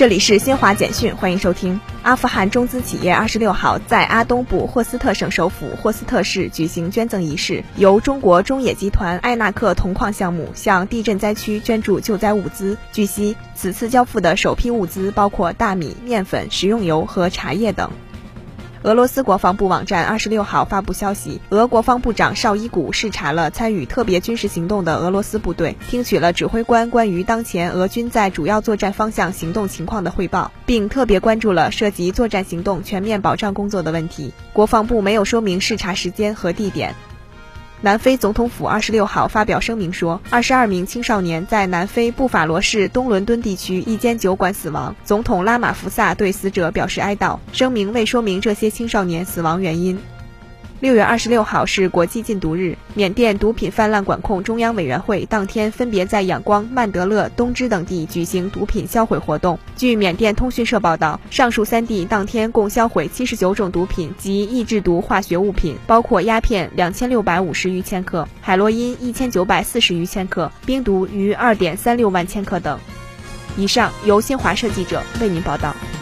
这里是新华简讯，欢迎收听。阿富汗中资企业26号在阿东部霍斯特省首府霍斯特市举行捐赠仪式，由中国中冶集团艾纳克铜矿项目向地震灾区捐助救灾物资。据悉，此次交付的首批物资包括大米、面粉、食用油和茶叶等。俄罗斯国防部网站26号发布消息，俄国防部长绍伊古视察了参与特别军事行动的俄罗斯部队，听取了指挥官关于当前俄军在主要作战方向行动情况的汇报，并特别关注了涉及作战行动全面保障工作的问题。国防部没有说明视察时间和地点。南非总统府26号发表声明说，22名青少年在南非布法罗市东伦敦地区一间酒馆死亡，总统拉马福萨对死者表示哀悼，声明未说明这些青少年死亡原因。6月26号是国际禁毒日，缅甸毒品泛滥管控中央委员会当天分别在仰光、曼德勒、东支等地举行毒品销毁活动。据缅甸通讯社报道，上述3地当天共销毁79种毒品及易制毒化学物品，包括鸦片2650余千克、海洛因1940余千克、冰毒逾2.36万千克等。以上由新华社记者为您报道。